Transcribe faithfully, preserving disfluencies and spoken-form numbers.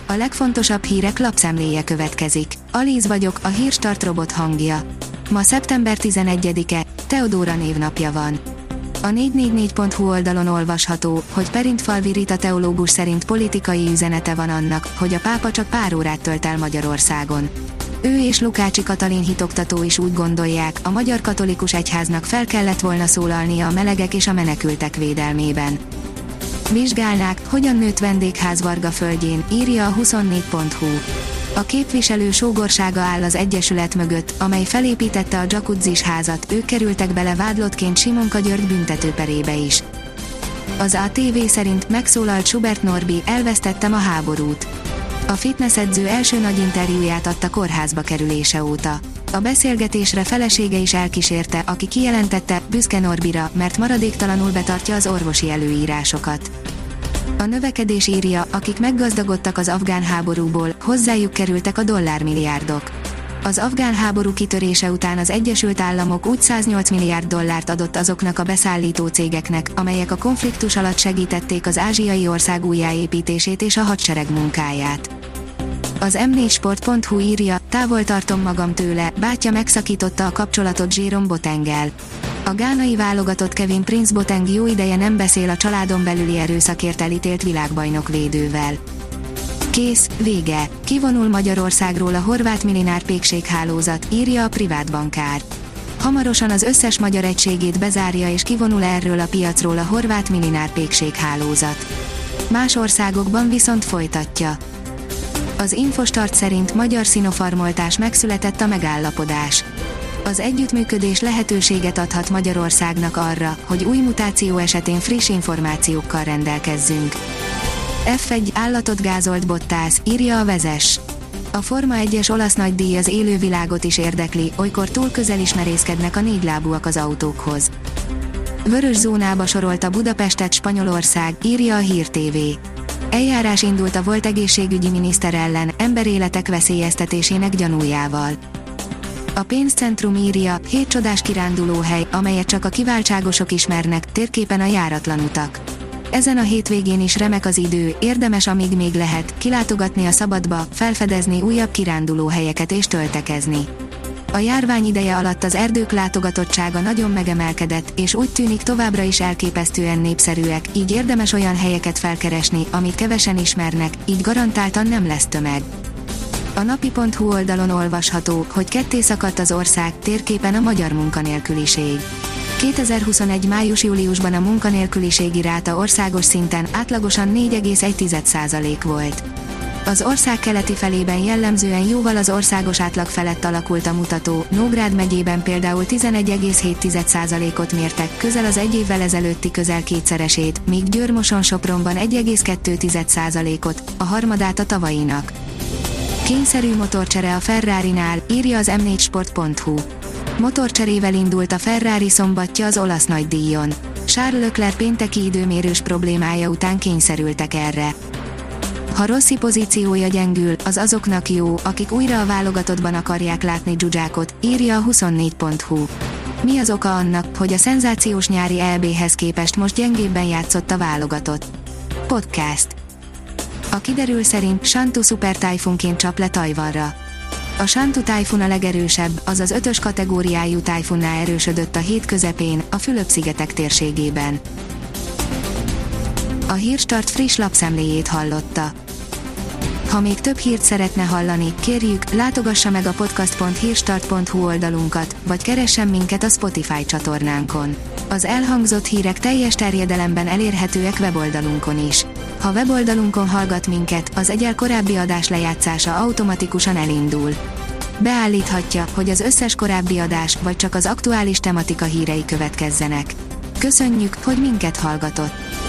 A legfontosabb hírek lapszemléje következik. Alíz vagyok, a Hírstart robot hangja. Ma szeptember tizenegyedike, Teodóra névnapja van. A négy négy négy pont hu oldalon olvasható, hogy Perintfalvi Rita teológus szerint politikai üzenete van annak, hogy a pápa csak pár órát tölt el Magyarországon. Ő és Lukácsi Katalin hitoktató is úgy gondolják, a Magyar Katolikus Egyháznak fel kellett volna szólalnia a melegek és a menekültek védelmében. Vizsgálnák, hogyan nőtt vendégház Varga földjén, írja a huszonnégy pont hu. A képviselő sógorsága áll az egyesület mögött, amely felépítette a Jacuzzis házat, ők kerültek bele vádlottként Simonka György büntetőperébe is. Az á té vé szerint megszólalt Schubert Norbi, elvesztettem a háborút. A fitnessedző első nagy interjúját adta kórházba kerülése óta. A beszélgetésre felesége is elkísérte, aki kijelentette, büszke Norbira, mert maradéktalanul betartja az orvosi előírásokat. A növekedés írja, akik meggazdagodtak az afgán háborúból, hozzájuk kerültek a dollármilliárdok. Az afgán háború kitörése után az Egyesült Államok úgy száznyolc milliárd dollárt adott azoknak a beszállító cégeknek, amelyek a konfliktus alatt segítették az ázsiai ország újjáépítését és a hadsereg munkáját. Az em négy sport pont hu írja, távol tartom magam tőle, bátyja megszakította a kapcsolatot Jérôme Boatenggel. A gánai válogatott Kevin Prince Boateng jó ideje nem beszél a családon belüli erőszakért elítélt világbajnok védővel. Kész, vége. Kivonul Magyarországról a horvát Milinár pékséghálózat, írja a privát bankár. Hamarosan az összes magyar egységét bezárja és kivonul erről a piacról a horvát Milinár pékséghálózat. Más országokban viszont folytatja. Az Infostart szerint magyar szinofarmoltás megszületett a megállapodás. Az együttműködés lehetőséget adhat Magyarországnak arra, hogy új mutáció esetén friss információkkal rendelkezzünk. ef egy állatot gázolt Bottas, írja a Vezess. A Forma egyes olasz nagydíj az élővilágot is érdekli, olykor túl közel is merészkednek a négylábúak az autókhoz. Vörös zónába sorolta Budapestet Spanyolország, írja a Hír té vé. Eljárás indult a volt egészségügyi miniszter ellen, emberéletek veszélyeztetésének gyanújával. A pénzcentrum írja, hét csodás kirándulóhely, amelyet csak a kiváltságosok ismernek, térképen a járatlan utak. Ezen a hétvégén is remek az idő, érdemes amíg még lehet, kilátogatni a szabadba, felfedezni újabb kirándulóhelyeket és töltekezni. A járvány ideje alatt az erdők látogatottsága nagyon megemelkedett, és úgy tűnik továbbra is elképesztően népszerűek, így érdemes olyan helyeket felkeresni, amit kevesen ismernek, így garantáltan nem lesz tömeg. A napi pont hu oldalon olvasható, hogy ketté szakadt az ország, térképen a magyar munkanélküliség. kétezer-huszonegy május-júliusban a munkanélküliségi ráta országos szinten átlagosan négy egész egy százalék volt. Az ország keleti felében jellemzően jóval az országos átlag felett alakult a mutató, Nógrád megyében például tizenegy egész hét százalékot mértek, közel az egy évvel ezelőtti közel kétszeresét, míg Győr-Moson-Sopronban egy egész kettő százalékot, a harmadát a tavalyinak. Kényszerű motorcsere a Ferrarinál, írja az em négy sport pont hu. Motorcserével indult a Ferrari szombatja az olasz nagydíjon. Charles Leclerc pénteki időmérős problémája után kényszerültek erre. Ha Rossi pozíciója gyengül, az azoknak jó, akik újra a válogatottban akarják látni Zsuzsákot, írja a huszonnégy pont hu. Mi az oka annak, hogy a szenzációs nyári é béhez képest most gyengébben játszott a válogatott? Podcast. A kiderül szerint Santu szupertájfunként csap le Tajvanra. A Santu tájfun a legerősebb, azaz ötös kategóriájú tájfunnál erősödött a hét közepén, a Fülöp-szigetek térségében. A Hírstart friss lapszemléjét hallotta. Ha még több hírt szeretne hallani, kérjük, látogassa meg a podcast pont hírstart pont hu oldalunkat, vagy keressen minket a Spotify csatornánkon. Az elhangzott hírek teljes terjedelemben elérhetőek weboldalunkon is. Ha weboldalunkon hallgat minket, az egyel korábbi adás lejátszása automatikusan elindul. Beállíthatja, hogy az összes korábbi adás, vagy csak az aktuális tematika hírei következzenek. Köszönjük, hogy minket hallgatott!